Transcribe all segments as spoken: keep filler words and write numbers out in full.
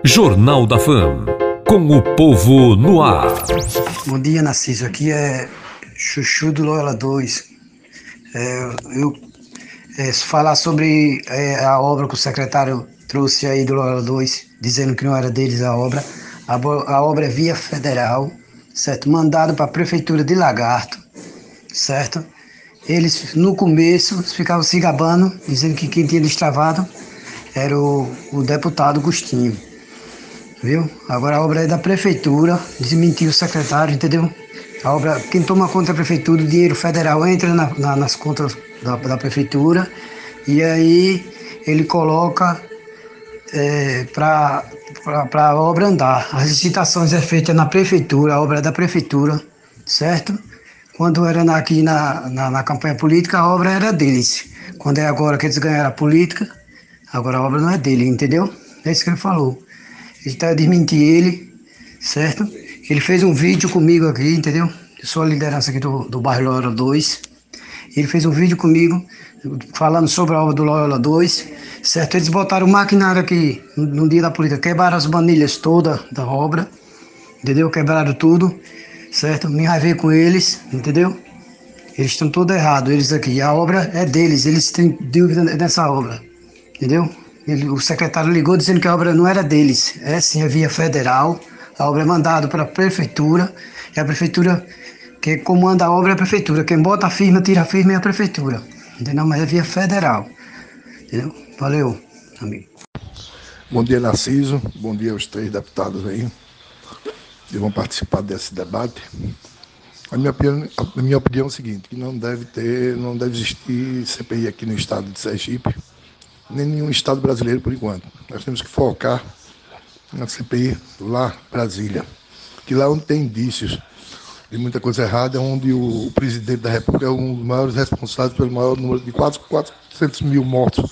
Jornal da Fam, com o povo no ar. Bom dia, Narciso. Aqui é Chuchu do Loyola dois. É, eu é, falar sobre é, a obra que o secretário trouxe aí do Loyola dois, dizendo que não era deles a obra. A, a obra é via federal, certo? Mandado para a prefeitura de Lagarto, certo? Eles, no começo, ficavam se gabando, dizendo que quem tinha destravado era o, o deputado Gustinho, viu? Agora a obra é da prefeitura, desmentiu o secretário, entendeu? A obra, quem toma conta da prefeitura, o dinheiro federal entra na, na, nas contas da, da prefeitura, e aí ele coloca é, para a obra andar. As licitações é feita na prefeitura, a obra é da prefeitura, certo? Quando era na, aqui na, na, na campanha política, a obra era deles. Quando é agora que eles ganharam a política, agora a obra não é dele, entendeu? É isso que ele falou. Ele está desmentir ele, certo? Ele fez um vídeo comigo aqui, entendeu? Eu sou a liderança aqui do, do bairro Loyola dois. Ele fez um vídeo comigo falando sobre a obra do Loyola dois, certo? Eles botaram o maquinário aqui no, no dia da política, quebraram as manilhas todas da obra, entendeu? Quebraram tudo, certo? Me enraivei com eles, entendeu? Eles estão todos errados, eles aqui. A obra é deles, eles têm dúvida nessa obra, entendeu? Ele, o secretário ligou dizendo que a obra não era deles, é sim, é via federal. A obra é mandada para a prefeitura, e a prefeitura, quem comanda a obra é a prefeitura, quem bota a firma, tira a firma é a prefeitura, entendeu? Mas é via federal, entendeu? Valeu, amigo. Bom dia, Narciso, bom dia aos três deputados aí que vão participar desse debate. A minha opinião, a minha opinião é o seguinte, que não deve ter, não deve existir C P I aqui no estado de Sergipe, nem nenhum estado brasileiro por enquanto. Nós temos que focar na C P I lá em Brasília, que lá onde tem indícios de muita coisa errada, é onde o, o presidente da República é um dos maiores responsáveis pelo maior número de quase quatrocentos mil mortos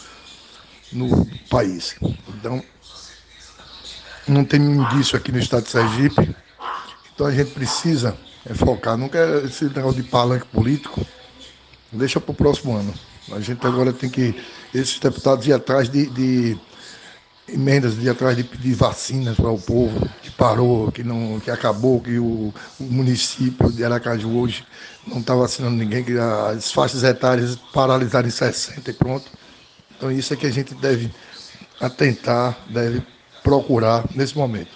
no país. Então, não tem nenhum indício aqui no estado de Sergipe, então a gente precisa é, focar. Não quer esse negócio de palanque político, deixa para o próximo ano. A gente agora tem que, esses deputados ir atrás de, de emendas, de ir atrás de pedir vacinas para o povo, que parou, que, não, que acabou, que o, o município de Aracaju hoje não está vacinando ninguém, que as faixas etárias paralisaram em sessenta e pronto. Então isso é que a gente deve atentar, deve procurar nesse momento.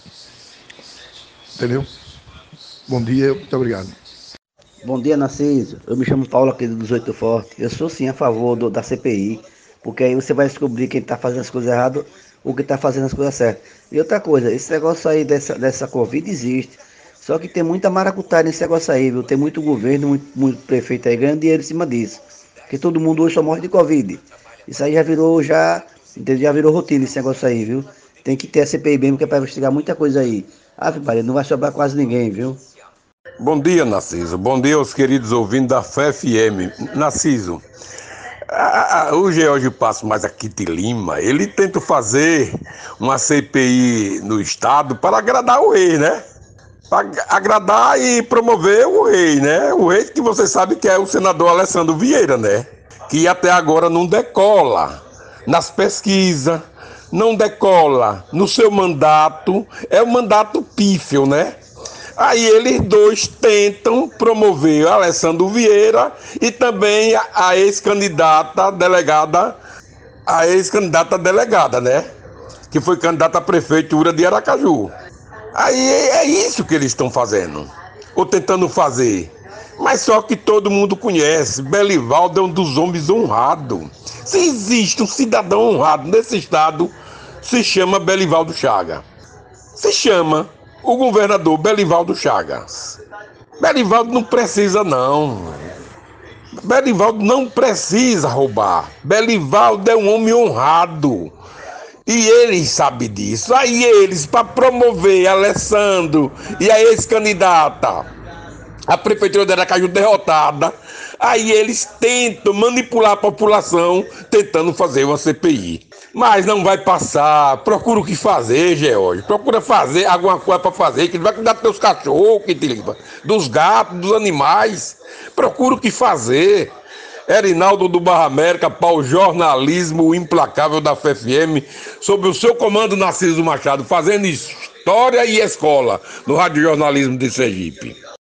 Entendeu? Bom dia, muito obrigado. Bom dia, Narciso. Eu me chamo Paulo aqui do dezoito Forte. Eu sou sim a favor do, da C P I, porque aí você vai descobrir quem está fazendo as coisas erradas ou quem está fazendo as coisas certas. E outra coisa, esse negócio aí dessa, dessa Covid existe. Só que tem muita maracutaia nesse negócio aí, viu? Tem muito governo, muito, muito prefeito aí ganhando dinheiro em cima disso. Porque todo mundo hoje só morre de Covid. Isso aí já virou, já, entendeu? Já virou rotina esse negócio aí, viu? Tem que ter a C P I mesmo, que é para investigar muita coisa aí. Ah, Maria, não vai sobrar quase ninguém, viu? Bom dia, Narciso. Bom dia aos queridos ouvintes da F F M. Narciso, a, a, o George Passo mais aqui de Lima, ele tenta fazer uma C P I no estado para agradar o rei, né? Para agradar e promover o rei, né? O rei que você sabe que é o senador Alessandro Vieira, né? Que até agora não decola nas pesquisas, não decola no seu mandato, é o mandato pífio, né? Aí eles dois tentam promover a Alessandro Vieira e também a, a ex-candidata delegada, a ex-candidata delegada, né? Que foi candidata à prefeitura de Aracaju. Aí é isso que eles estão fazendo, ou tentando fazer. Mas só que todo mundo conhece, Belivaldo é um dos homens honrados. Se existe um cidadão honrado nesse estado, se chama Belivaldo Chagas. Se chama o governador Belivaldo Chagas. Belivaldo não precisa não. Belivaldo não precisa roubar. Belivaldo é um homem honrado. E eles sabem disso. Aí eles, para promover Alessandro e a ex-candidata, a prefeitura de Aracaju derrotada, aí eles tentam manipular a população, tentando fazer uma C P I. Mas não vai passar. Procura o que fazer, George. Procura fazer alguma coisa para fazer, que vai cuidar dos teus cachorros, que te limpa, dos gatos, dos animais. Procura o que fazer. Erinaldo do Barra América, para o jornalismo implacável da F F M, sob o seu comando, Narciso Machado, fazendo história e escola no Rádio Jornalismo de Sergipe.